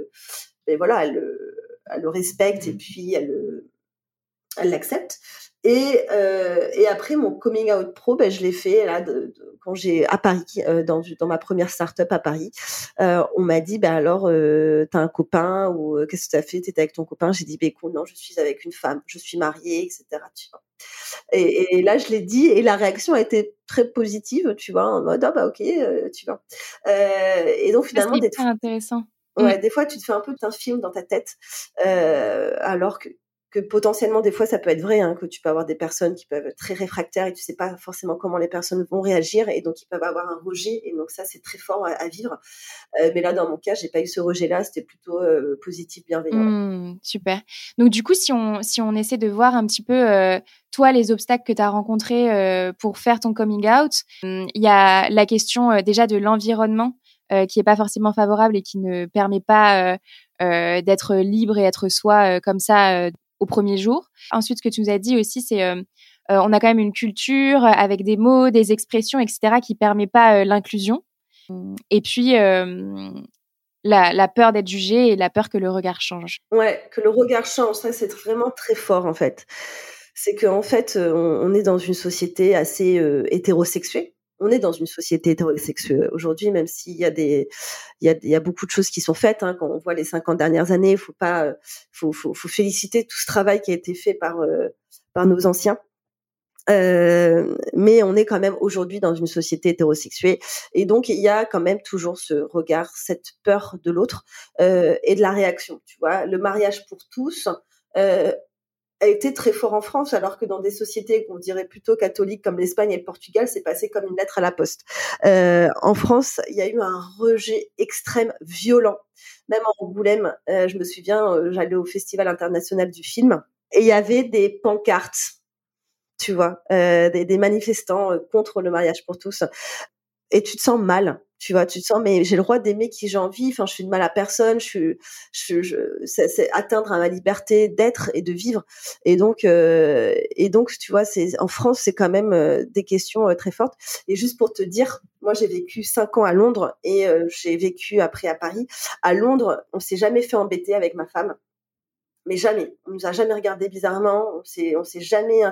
elle le respecte et puis elle l'accepte. Et après mon coming out pro, je l'ai fait là quand j'ai à Paris, dans ma première start-up à Paris. On m'a dit alors t'as un copain ou qu'est-ce que t'as fait? T'étais avec ton copain? J'ai dit écoute, non, je suis avec une femme, je suis mariée, etc. Tu vois. Et là je l'ai dit et la réaction a été très positive, tu vois, en mode ok, tu vois. Et donc Ça, finalement c'est hyper intéressant. ouais, des fois, tu te fais un peu un film dans ta tête, alors que potentiellement, des fois, ça peut être vrai, hein, que tu peux avoir des personnes qui peuvent être très réfractaires et tu sais pas forcément comment les personnes vont réagir et donc ils peuvent avoir un rejet et donc ça, c'est très fort à vivre. Mais là, dans mon cas, j'ai pas eu ce rejet-là, c'était plutôt positif, bienveillant. Ouais. Super. Donc du coup, si on essaie de voir un petit peu, toi, les obstacles que tu as rencontrés pour faire ton coming out, il y a la question déjà de l'environnement qui est pas forcément favorable et qui ne permet pas d'être libre et être soi comme ça au premier jour. Ensuite, ce que tu nous as dit aussi, c'est on a quand même une culture avec des mots, des expressions, etc., qui permet pas l'inclusion. Et puis la peur d'être jugé et la peur que le regard change. Ouais, que le regard change, ça c'est vraiment très fort en fait. C'est qu'en fait, on est dans une société assez hétérosexuée. On est dans une société hétérosexuée aujourd'hui, même s'il y a il y a beaucoup de choses qui sont faites. Hein, quand on voit les 50 dernières années, faut féliciter tout ce travail qui a été fait par nos anciens. Mais on est quand même aujourd'hui dans une société hétérosexuée et donc il y a quand même toujours ce regard, cette peur de l'autre et de la réaction. Tu vois, le mariage pour tous a été très fort en France, alors que dans des sociétés qu'on dirait plutôt catholiques comme l'Espagne et le Portugal, c'est passé comme une lettre à la poste. En France, il y a eu un rejet extrême, violent. Même en Angoulême, je me souviens, j'allais au Festival international du film et il y avait des pancartes, tu vois, des manifestants contre le mariage pour tous. Et tu te sens mal, tu vois, tu te sens mais j'ai le droit d'aimer qui j'ai envie, enfin je fais de mal à personne, c'est atteindre à ma liberté d'être et de vivre. Et donc tu vois, c'est en France, c'est quand même des questions très fortes. Et juste pour te dire, moi j'ai vécu 5 ans à Londres et j'ai vécu après à Paris. À Londres, on s'est jamais fait embêter avec ma femme. Mais jamais. On nous a jamais regardé bizarrement. On s'est jamais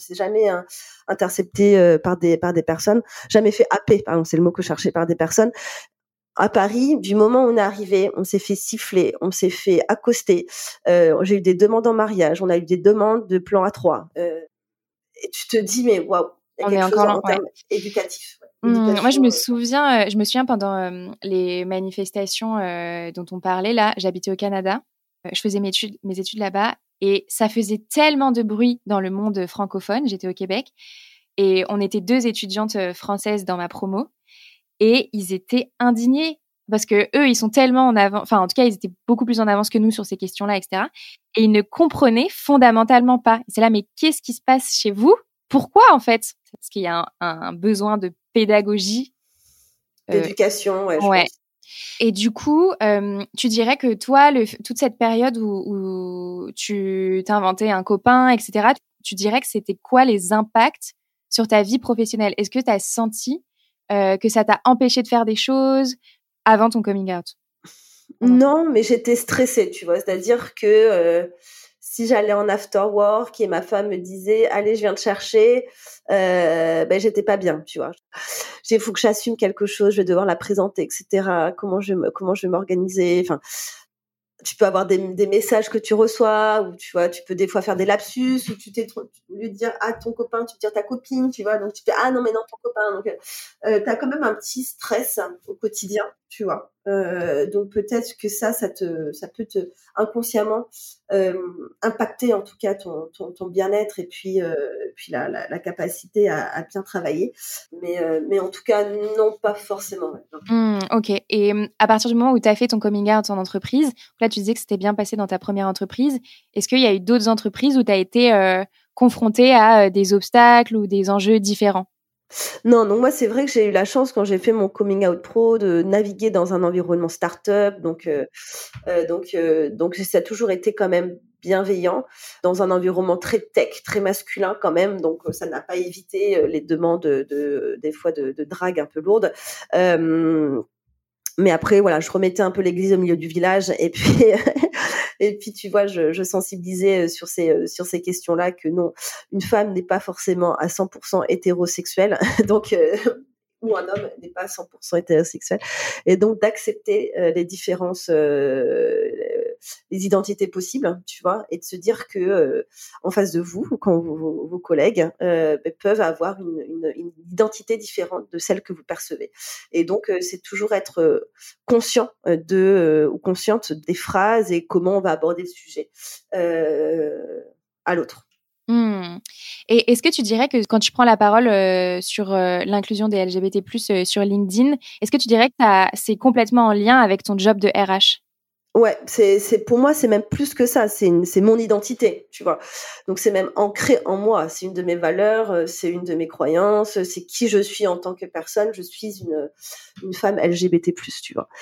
intercepté par des personnes. Jamais fait happer, pardon, c'est le mot que je cherchais, par des personnes. À Paris, du moment où on est arrivé, on s'est fait siffler, on s'est fait accoster. J'ai eu des demandes en mariage, on a eu des demandes de plan A3. Et tu te dis mais waouh, il y a On est quelque chose encore là, en ouais. termes éducatifs. Moi, je me souviens pendant les manifestations dont on parlait là, j'habitais au Canada, je faisais mes études là-bas et ça faisait tellement de bruit dans le monde francophone. J'étais au Québec et on était 2 étudiantes françaises dans ma promo et ils étaient indignés parce que eux, ils sont tellement en avant, enfin en tout cas, ils étaient beaucoup plus en avance que nous sur ces questions-là, etc. Et ils ne comprenaient fondamentalement pas. Et c'est là, mais qu'est-ce qui se passe chez vous? Pourquoi en fait? Parce qu'il y a un besoin de pédagogie. d'éducation, ouais, je Ouais. pense. Et du coup, tu dirais que toi, toute cette période où tu t'inventais un copain, etc., tu dirais que c'était quoi les impacts sur ta vie professionnelle? Est-ce que tu as senti que ça t'a empêché de faire des choses avant ton coming out? Non, mais j'étais stressée, tu vois. C'est-à-dire que si j'allais en after work et ma femme me disait allez, je viens te chercher, j'étais pas bien, tu vois. Il faut que j'assume quelque chose, je vais devoir la présenter, etc. Comment je vais m'organiser. Enfin, tu peux avoir des messages que tu reçois, ou tu vois, tu peux des fois faire des lapsus, ou au lieu de dire ton copain, tu peux dire ta copine, tu vois, donc tu fais non mais non ton copain, donc t'as quand même un petit stress au quotidien, tu vois. Donc peut-être que ça peut te inconsciemment impacter en tout cas ton bien-être et puis la capacité à bien travailler, mais en tout cas non, pas forcément. Ouais. Ok. Et à partir du moment où tu as fait ton coming out en entreprise, là tu disais que c'était bien passé dans ta première entreprise, est-ce qu'il y a eu d'autres entreprises où tu as été confrontée à des obstacles ou des enjeux différents? Non, donc moi, c'est vrai que j'ai eu la chance quand j'ai fait mon coming out pro de naviguer dans un environnement start-up. Donc ça a toujours été quand même bienveillant dans un environnement très tech, très masculin quand même. Donc ça n'a pas évité les demandes des fois de drague un peu lourdes. Mais après, voilà, je remettais un peu l'église au milieu du village et puis et puis tu vois, je sensibilisais sur ces questions-là, que non, une femme n'est pas forcément à 100% hétérosexuelle, donc ou un homme n'est pas à 100% hétérosexuel, et donc d'accepter les différences, les identités possibles, tu vois, et de se dire que en face de vous, quand vos collègues peuvent avoir une identité différente de celle que vous percevez. Et donc c'est toujours être conscient ou consciente des phrases et comment on va aborder le sujet à l'autre. Et est-ce que tu dirais que quand tu prends la parole sur l'inclusion des LGBT+, sur LinkedIn, est-ce que tu dirais que c'est complètement en lien avec ton job de RH? Ouais, c'est pour moi, c'est même plus que ça, c'est mon identité, tu vois. Donc c'est même ancré en moi, c'est une de mes valeurs, c'est une de mes croyances, c'est qui je suis en tant que personne. Je suis une femme LGBT+, tu vois.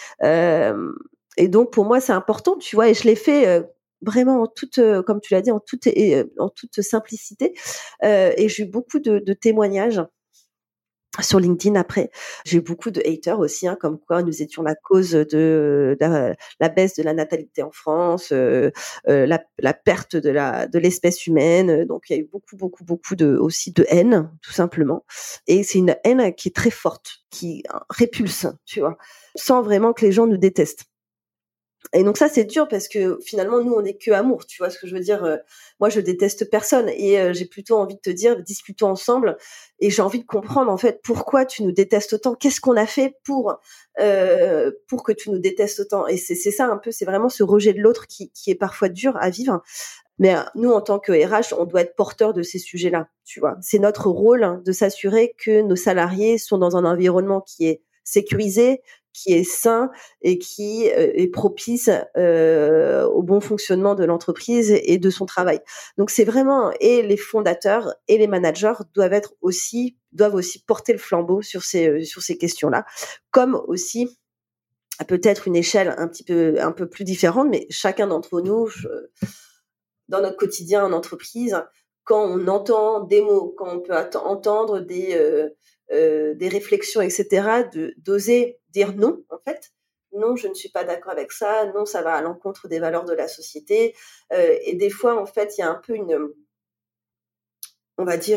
Et donc pour moi, c'est important, tu vois, et je l'ai fait vraiment en toute, comme tu l'as dit, en toute simplicité. Et j'ai eu beaucoup de témoignages sur LinkedIn après. J'ai eu beaucoup de haters aussi, comme quoi nous étions la cause de la baisse de la natalité en France, la perte de l'espèce humaine. Donc il y a eu beaucoup, beaucoup, beaucoup aussi de haine, tout simplement. Et c'est une haine qui est très forte, qui répulse, tu vois, sans vraiment que les gens nous détestent. Et donc ça, c'est dur parce que finalement, nous, on n'est que amour, tu vois ce que je veux dire. Moi, je déteste personne et j'ai plutôt envie de te dire, discutons ensemble. Et j'ai envie de comprendre en fait pourquoi tu nous détestes autant. Qu'est-ce qu'on a fait pour que tu nous détestes autant? Et c'est ça un peu, c'est vraiment ce rejet de l'autre qui est parfois dur à vivre. Mais nous, en tant que RH, on doit être porteur de ces sujets-là, tu vois. C'est notre rôle de s'assurer que nos salariés sont dans un environnement qui est sécurisé, qui est sain et qui est propice au bon fonctionnement de l'entreprise et de son travail. Donc c'est vraiment, et les fondateurs et les managers doivent aussi porter le flambeau sur ces questions-là, comme aussi à peut-être une échelle un peu plus différente, mais chacun d'entre nous, dans notre quotidien en entreprise, quand on entend des mots, quand on peut entendre des réflexions, etc., d'oser dire non, en fait. Non, je ne suis pas d'accord avec ça. Non, ça va à l'encontre des valeurs de la société. Et des fois, en fait, il y a un peu on va dire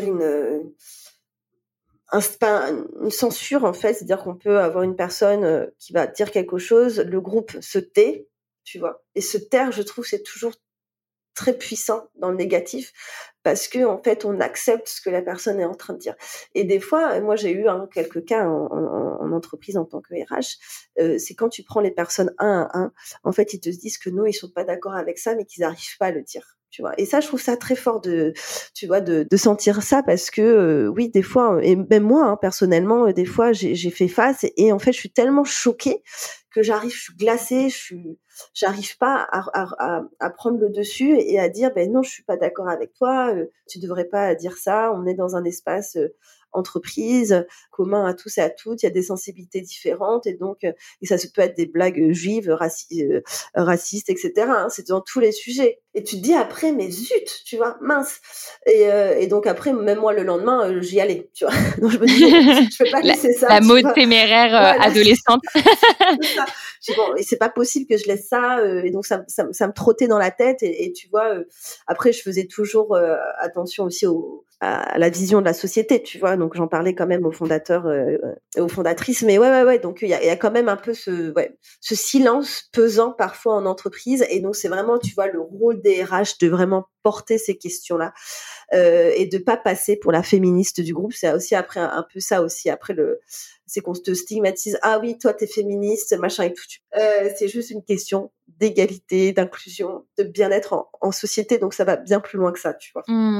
une censure, en fait. C'est-à-dire qu'on peut avoir une personne qui va dire quelque chose, le groupe se tait, tu vois. Et se taire, je trouve, c'est toujours très puissant dans le négatif, parce que en fait on accepte ce que la personne est en train de dire. Et des fois, moi j'ai eu quelques cas en entreprise en tant que RH, c'est quand tu prends les personnes un à un, en fait ils te disent que non, ils sont pas d'accord avec ça, mais qu'ils n'arrivent pas à le dire, tu vois. Et ça, je trouve ça très fort tu vois, de sentir ça, parce que oui, des fois, et même moi personnellement, des fois j'ai fait face, et en fait je suis tellement choquée que je suis glacée, j'arrive pas à prendre le dessus et à dire non, je suis pas d'accord avec toi, tu devrais pas dire ça, on est dans un espace entreprise commun à tous et à toutes, il y a des sensibilités différentes, et donc et ça peut être des blagues juives, racistes, etc., c'est dans tous les sujets, et tu te dis après, mais zut, tu vois, mince, et donc après, même moi le lendemain, j'y allais, tu vois. Donc je me dis, je peux pas laisser ça, la mode téméraire adolescente. C'est ça. Je dis, bon, et c'est pas possible que je laisse ça, et donc ça me trottait dans la tête, et tu vois, après je faisais toujours attention aussi à la vision de la société, tu vois. Donc j'en parlais quand même aux fondateurs et aux fondatrices, mais ouais. Donc il y a quand même un peu ce silence pesant parfois en entreprise, et donc c'est vraiment, tu vois, le rôle des RH de vraiment porter ces questions-là et de pas passer pour la féministe du groupe. C'est aussi après un peu ça aussi. Après c'est qu'on te stigmatise. Ah oui, toi t'es féministe, machin et tout. C'est juste une question d'égalité, d'inclusion, de bien-être en société. Donc ça va bien plus loin que ça, tu vois.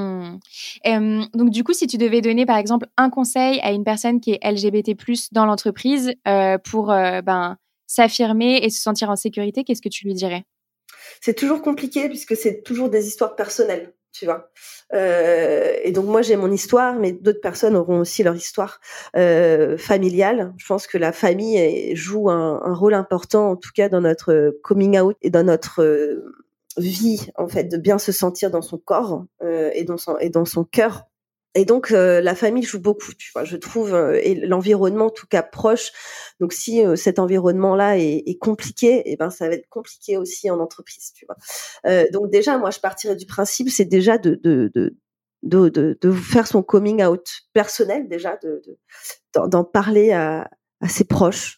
Donc du coup, si tu devais donner par exemple un conseil à une personne qui est LGBT+ dans l'entreprise pour s'affirmer et se sentir en sécurité, qu'est-ce que tu lui dirais? C'est toujours compliqué puisque c'est toujours des histoires personnelles, tu vois. Et donc moi j'ai mon histoire, mais d'autres personnes auront aussi leur histoire familiale. Je pense que la famille joue un rôle important, en tout cas dans notre coming out et dans notre vie, en fait, de bien se sentir dans son corps et dans son cœur. Et donc la famille joue beaucoup, tu vois, je trouve, et l'environnement en tout cas proche. Donc si cet environnement-là est compliqué, et ben ça va être compliqué aussi en entreprise, tu vois. Donc déjà, moi je partirais du principe, c'est déjà de faire son coming out personnel, déjà d'en parler à ses proches,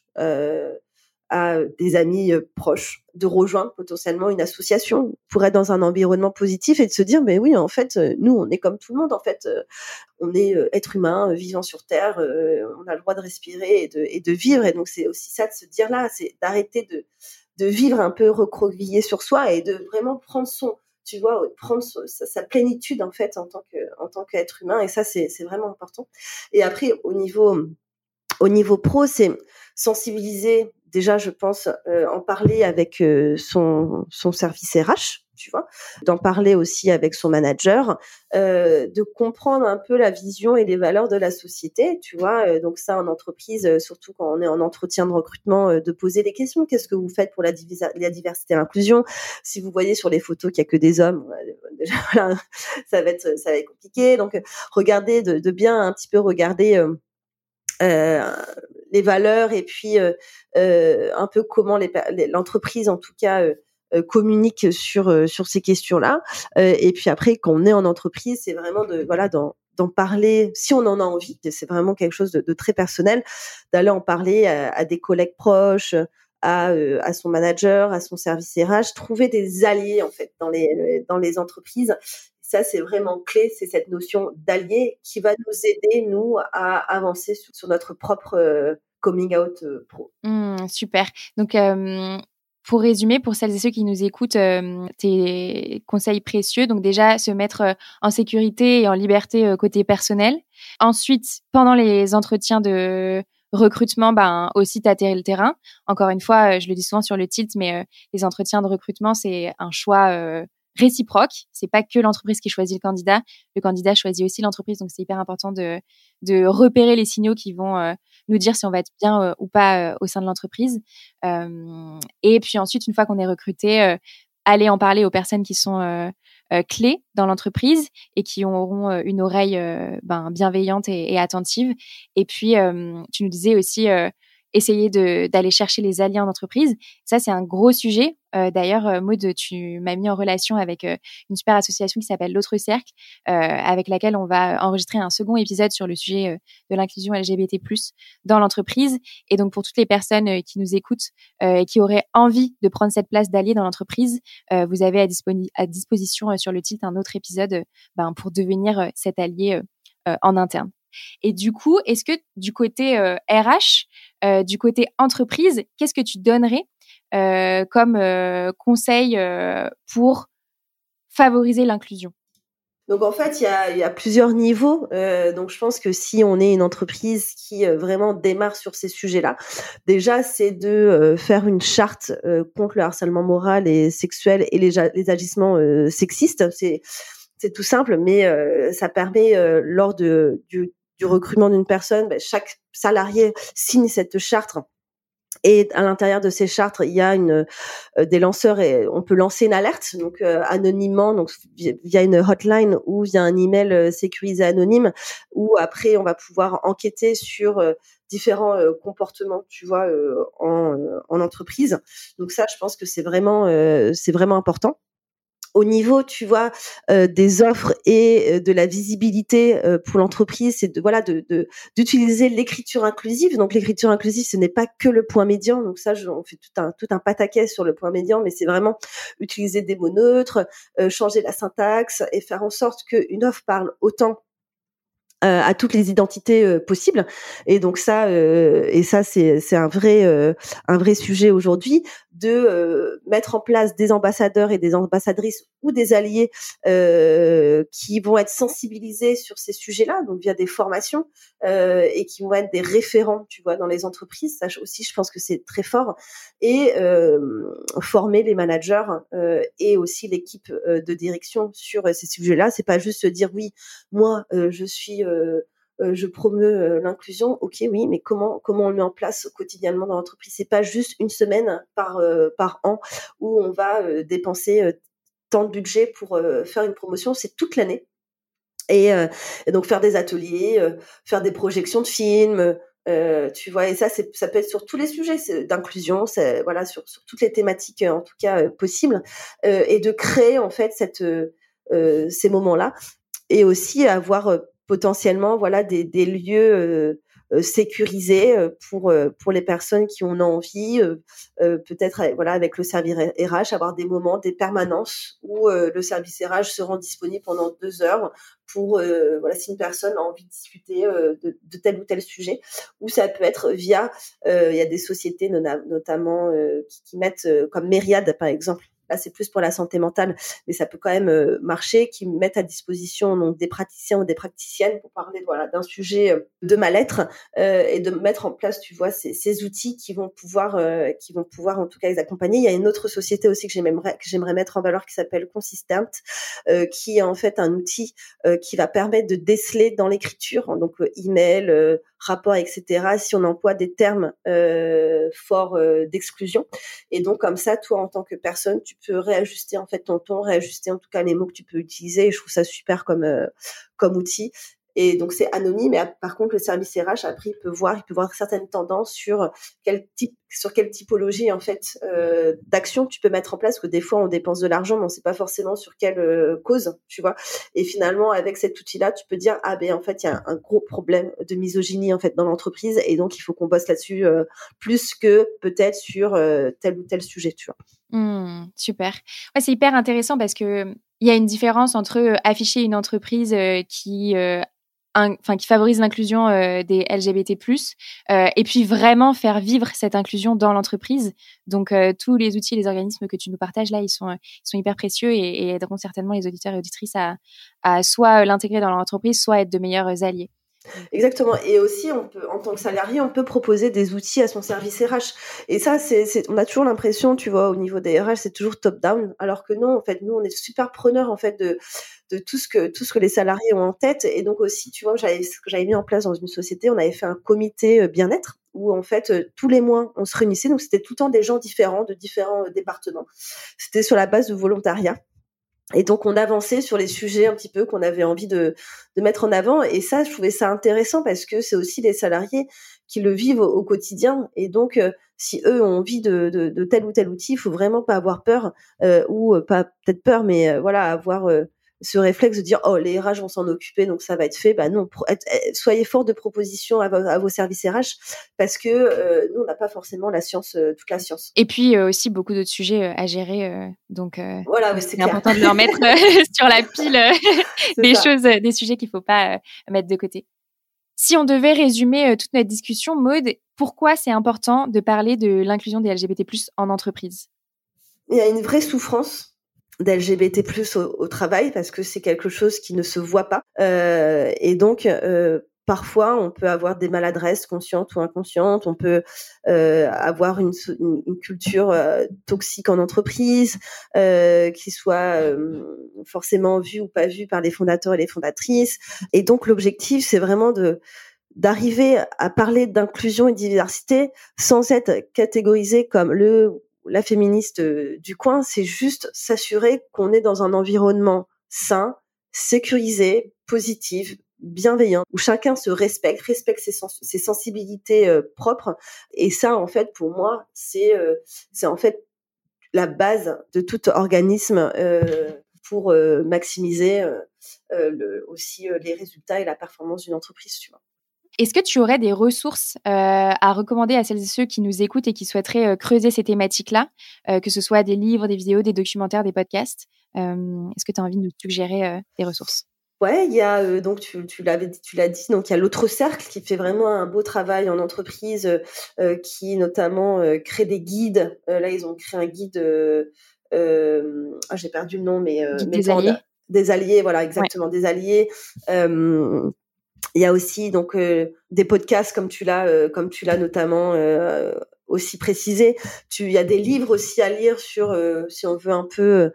à des amis proches, de rejoindre potentiellement une association pour être dans un environnement positif et de se dire, mais oui, en fait, nous, on est comme tout le monde, en fait, on est être humain, vivant sur Terre, on a le droit de respirer et de vivre. Et donc, c'est aussi ça de se dire là, c'est d'arrêter de vivre un peu recroquevillé sur soi et de vraiment prendre tu vois, prendre sa plénitude, en fait, en tant qu'être humain. Et ça, c'est vraiment important. Et après, au niveau pro, c'est sensibiliser. Déjà, je pense en parler avec son service RH, tu vois, d'en parler aussi avec son manager, de comprendre un peu la vision et les valeurs de la société, tu vois. Donc ça, en entreprise, surtout quand on est en entretien de recrutement, de poser des questions. Qu'est-ce que vous faites pour la diversité et l'inclusion? Si vous voyez sur les photos qu'il y a que des hommes, déjà voilà, ça va être compliqué. Donc regardez de bien un petit peu regarder. Les valeurs et puis un peu comment l'entreprise en tout cas communique sur ces questions-là. Et puis après, quand on est en entreprise, c'est vraiment d'en parler si on en a envie. C'est vraiment quelque chose de très personnel, d'aller en parler à des collègues proches, à son manager, à son service RH, trouver des alliés en fait dans les entreprises. Ça, c'est vraiment clé, c'est cette notion d'allié qui va nous aider, nous, à avancer sur notre propre coming out pro. Super. Donc, pour résumer, pour celles et ceux qui nous écoutent, tes conseils précieux, donc déjà, se mettre en sécurité et en liberté côté personnel. Ensuite, pendant les entretiens de recrutement, aussi tâter le terrain. Encore une fois, je le dis souvent sur le tilt, mais les entretiens de recrutement, c'est un choix réciproque. C'est pas que l'entreprise qui choisit le candidat choisit aussi l'entreprise. Donc c'est hyper important de repérer les signaux qui vont nous dire si on va être bien ou pas au sein de l'entreprise. Et puis ensuite, une fois qu'on est recruté, aller en parler aux personnes qui sont clés dans l'entreprise et qui auront une oreille bienveillante et attentive. Et puis, tu nous disais aussi essayer d'aller chercher les alliés en entreprise. Ça, c'est un gros sujet. D'ailleurs, Maud, tu m'as mis en relation avec une super association qui s'appelle L'Autre Cercle, avec laquelle on va enregistrer un second épisode sur le sujet de l'inclusion LGBT+ dans l'entreprise. Et donc, pour toutes les personnes qui nous écoutent et qui auraient envie de prendre cette place d'allié dans l'entreprise, vous avez à disposition sur le tilt un autre épisode pour devenir cet allié en interne. Et du coup, est-ce que du côté RH, du côté entreprise, qu'est-ce que tu donnerais comme conseil pour favoriser l'inclusion? Donc en fait, il y a plusieurs niveaux. Donc je pense que si on est une entreprise qui vraiment démarre sur ces sujets-là, déjà c'est de faire une charte contre le harcèlement moral et sexuel et les agissements sexistes. C'est tout simple, mais ça permet lors du recrutement d'une personne, chaque salarié signe cette charte. Et à l'intérieur de ces chartes, il y a des lanceurs et on peut lancer une alerte, donc anonymement, donc via une hotline ou via un email sécurisé anonyme, où après on va pouvoir enquêter sur différents comportements, tu vois, en entreprise. Donc ça, je pense que c'est vraiment important. au niveau, tu vois, des offres et de la visibilité pour l'entreprise, c'est d'utiliser l'écriture inclusive. Donc l'écriture inclusive, ce n'est pas que le point médian. Donc ça, on fait tout un pataquès sur le point médian, mais c'est vraiment utiliser des mots neutres, changer la syntaxe et faire en sorte qu'une offre parle autant à toutes les identités possibles. Et donc ça, c'est un vrai sujet aujourd'hui de mettre en place des ambassadeurs et des ambassadrices ou des alliés qui vont être sensibilisés sur ces sujets-là, donc via des formations et qui vont être des référents, tu vois, dans les entreprises. Ça aussi, je pense que c'est très fort. Et former les managers et aussi l'équipe de direction sur ces sujets-là. C'est pas juste se dire oui, moi je promeus l'inclusion. Ok, oui, mais comment on le met en place quotidiennement dans l'entreprise? C'est pas juste une semaine par an où on va dépenser tant de budget pour faire une promotion. C'est toute l'année. Et donc faire des ateliers, faire des projections de films, tu vois. Et ça peut être sur tous les sujets d'inclusion, voilà, sur toutes les thématiques en tout cas possibles, et de créer en fait ces moments-là, et aussi avoir potentiellement voilà des lieux sécurisés pour les personnes qui en ont envie, peut-être voilà avec le service RH, avoir des moments, des permanences où le service RH se rend disponible pendant 2 heures pour voilà, si une personne a envie de discuter de tel ou tel sujet. Ou ça peut être via il y a des sociétés notamment qui mettent comme Myriad par exemple. Là, c'est plus pour la santé mentale, mais ça peut quand même marcher, qui mettent à disposition donc des praticiens ou des praticiennes pour parler voilà d'un sujet de mal-être et de mettre en place, tu vois, ces outils qui vont pouvoir en tout cas les accompagner. Il y a une autre société aussi que j'aimerais mettre en valeur qui s'appelle Consistent, qui est en fait un outil qui va permettre de déceler dans l'écriture, donc email, rapport, etc., si on emploie des termes forts d'exclusion. Et donc comme ça, toi en tant que personne, tu peux réajuster en fait ton ton, réajuster en tout cas les mots que tu peux utiliser. Et je trouve ça super comme outil. Et donc c'est anonyme. Et par contre, le service RH après, il peut voir certaines tendances sur quelle typologie en fait d'action tu peux mettre en place. Parce que des fois, on dépense de l'argent, mais on sait pas forcément sur quelle cause, tu vois. Et finalement, avec cet outil-là, tu peux dire ah ben en fait, il y a un gros problème de misogynie en fait dans l'entreprise, et donc il faut qu'on bosse là-dessus plus que peut-être sur tel ou tel sujet, tu vois. Super. Ouais, c'est hyper intéressant parce que il y a une différence entre afficher une entreprise qui favorise l'inclusion des LGBT+, et puis vraiment faire vivre cette inclusion dans l'entreprise. Donc, tous les outils et les organismes que tu nous partages là, ils sont hyper précieux et aideront certainement les auditeurs et auditrices à soit l'intégrer dans leur entreprise, soit être de meilleurs alliés. Exactement. Et aussi, on peut, en tant que salarié, on peut proposer des outils à son service RH. Et ça, on a toujours l'impression, tu vois, au niveau des RH, c'est toujours top-down. Alors que non, en fait, nous, on est super preneurs, en fait, de tout ce que les salariés ont en tête. Et donc aussi, tu vois, ce que j'avais mis en place dans une société, on avait fait un comité bien-être où, en fait, tous les mois, on se réunissait. Donc, c'était tout le temps des gens différents, de différents départements. C'était sur la base de volontariat. Et donc, on avançait sur les sujets un petit peu qu'on avait envie de mettre en avant. Et ça, je trouvais ça intéressant parce que c'est aussi les salariés qui le vivent au quotidien. Et donc, si eux ont envie de tel ou tel outil, il faut vraiment pas avoir peur ou pas peut-être peur, mais voilà, avoir ce réflexe de dire oh les RH vont s'en occuper donc ça va être fait. Bah non, soyez fort de propositions à vos services RH parce que nous on n'a pas forcément la science, toute la science. Et puis aussi beaucoup d'autres sujets à gérer, donc voilà, oui, c'est important de leur mettre sur la pile des sujets qu'il faut pas mettre de côté. Si on devait résumer toute notre discussion, Maude, pourquoi c'est important de parler de l'inclusion des LGBT+ en entreprise? Il y a une vraie souffrance d'LGBT+ au travail parce que c'est quelque chose qui ne se voit pas. Et donc, parfois, on peut avoir des maladresses conscientes ou inconscientes. On peut avoir une culture toxique en entreprise, qui soit forcément vue ou pas vue par les fondateurs et les fondatrices. Et donc, l'objectif, c'est vraiment d'arriver à parler d'inclusion et de diversité sans être catégorisé comme la féministe du coin. C'est juste s'assurer qu'on est dans un environnement sain, sécurisé, positif, bienveillant, où chacun se respecte ses sensibilités propres. Et ça, en fait, pour moi, c'est en fait la base de tout organisme pour maximiser aussi les résultats et la performance d'une entreprise, tu vois. Est-ce que tu aurais des ressources à recommander à celles et ceux qui nous écoutent et qui souhaiteraient creuser ces thématiques-là, que ce soit des livres, des vidéos, des documentaires, des podcasts? Est-ce que tu as envie de nous suggérer des ressources? Ouais, il y a donc tu l'as dit, donc il y a l'autre cercle qui fait vraiment un beau travail en entreprise, qui notamment crée des guides. Là, ils ont créé un guide. J'ai perdu le nom, mais Guide des alliés. Des alliés, voilà, exactement, ouais. Des alliés. Il y a aussi donc des podcasts comme tu l'as notamment aussi précisé. Il y a des livres aussi à lire sur si on veut un peu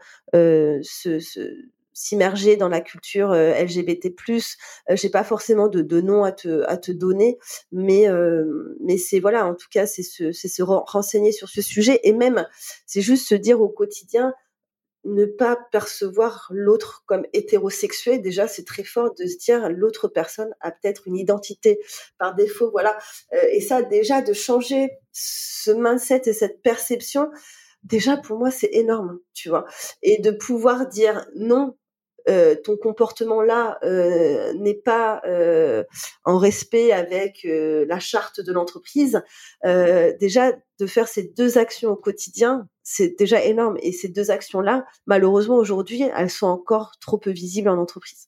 s'immerger dans la culture LGBT+. J'ai pas forcément de nom à te donner, mais c'est voilà, en tout cas c'est se renseigner sur ce sujet, et même c'est juste se dire au quotidien, ne pas percevoir l'autre comme hétérosexuel. Déjà, c'est très fort de se dire l'autre personne a peut-être une identité par défaut, voilà. Et ça, déjà, de changer ce mindset et cette perception, déjà, pour moi, c'est énorme, tu vois. Et de pouvoir dire non, ton comportement là n'est pas en respect avec la charte de l'entreprise. Déjà, de faire ces 2 actions au quotidien, c'est déjà énorme. Et ces 2 actions-là, malheureusement, aujourd'hui, elles sont encore trop peu visibles en entreprise.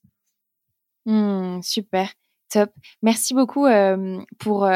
Super, top. Merci beaucoup pour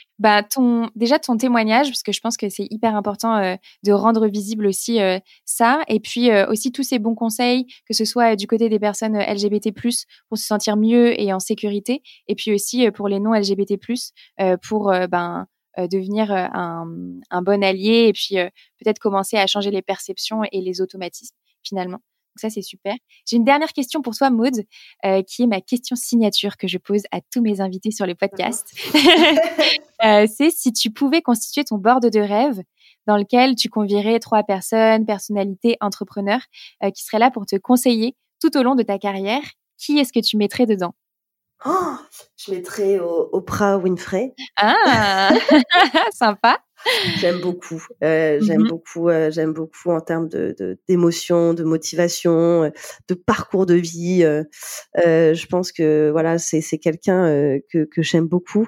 ton témoignage, parce que je pense que c'est hyper important de rendre visible aussi ça, et puis aussi tous ces bons conseils, que ce soit du côté des personnes LGBT+, pour se sentir mieux et en sécurité, et puis aussi pour les non LGBT+, pour devenir un bon allié, et puis peut-être commencer à changer les perceptions et les automatismes finalement. Donc ça, c'est super. J'ai une dernière question pour toi, Maud, qui est ma question signature que je pose à tous mes invités sur le podcast. C'est si tu pouvais constituer ton board de rêve dans lequel tu convierais 3 personnes, personnalités, entrepreneurs, qui seraient là pour te conseiller tout au long de ta carrière, qui est-ce que tu mettrais dedans? Oh, je mettrais Oprah Winfrey. Ah, sympa. J'aime beaucoup. J'aime beaucoup en termes d'émotion, de motivation, de parcours de vie. Je pense que voilà, c'est quelqu'un que j'aime beaucoup.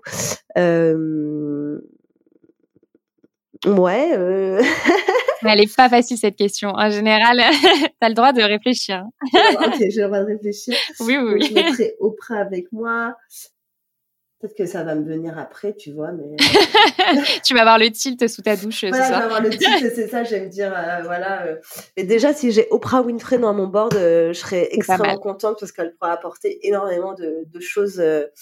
Ouais. Mais elle est pas facile cette question. En général, t'as le droit de réfléchir. Ok, j'ai le droit de réfléchir. Oui. Donc, je mettrai Oprah avec moi. Peut-être que ça va me venir après, tu vois, mais... Tu vas avoir le tilt sous ta douche, voilà, c'est ça? Je vais avoir le tilt, c'est ça, je vais me dire, voilà. Et déjà, si j'ai Oprah Winfrey dans mon board, je serais extrêmement contente, parce qu'elle pourra apporter énormément de choses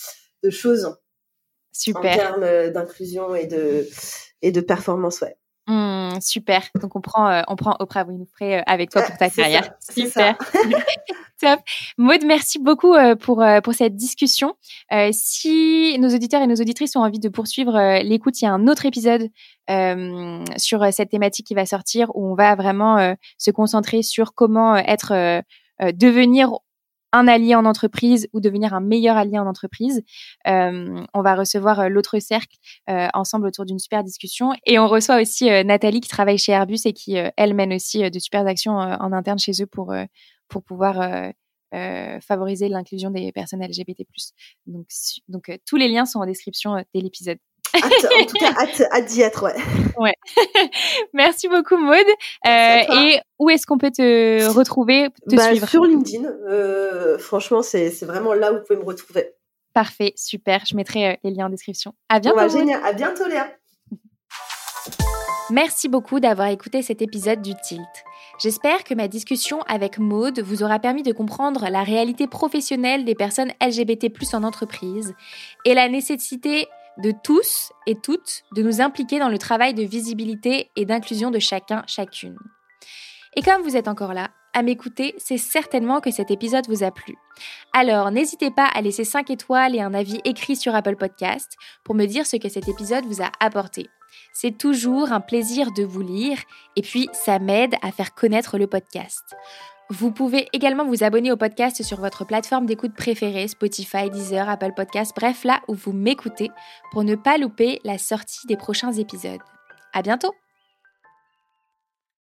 super. En termes d'inclusion et de performance, ouais. Super. Donc, on prend Oprah Winfrey avec toi pour ta carrière. Ça, super. Top. Maud, merci beaucoup pour cette discussion. Si nos auditeurs et nos auditrices ont envie de poursuivre l'écoute, il y a un autre épisode sur cette thématique qui va sortir, où on va vraiment se concentrer sur comment devenir un allié en entreprise ou devenir un meilleur allié en entreprise. On va recevoir l'autre cercle ensemble autour d'une super discussion. Et on reçoit aussi Nathalie, qui travaille chez Airbus et qui, elle, mène aussi de super actions en interne chez eux pour pouvoir favoriser l'inclusion des personnes LGBT+. Donc tous les liens sont en description de l'épisode. En tout cas, hâte d'y être, ouais. Ouais. Merci beaucoup, Maud. Et où est-ce qu'on peut te retrouver, suivre? Sur LinkedIn. Franchement, c'est vraiment là où vous pouvez me retrouver. Parfait, super. Je mettrai les liens en description. À bientôt. Génial. À bientôt, Léa. Merci beaucoup d'avoir écouté cet épisode du Tilt. J'espère que ma discussion avec Maud vous aura permis de comprendre la réalité professionnelle des personnes LGBT+ en entreprise et la nécessité de tous et toutes de nous impliquer dans le travail de visibilité et d'inclusion de chacun, chacune. Et comme vous êtes encore là, à m'écouter, c'est certainement que cet épisode vous a plu. Alors, n'hésitez pas à laisser 5 étoiles et un avis écrit sur Apple Podcast pour me dire ce que cet épisode vous a apporté. C'est toujours un plaisir de vous lire et puis ça m'aide à faire connaître le podcast. Vous pouvez également vous abonner au podcast sur votre plateforme d'écoute préférée, Spotify, Deezer, Apple Podcasts, bref, là où vous m'écoutez, pour ne pas louper la sortie des prochains épisodes. À bientôt!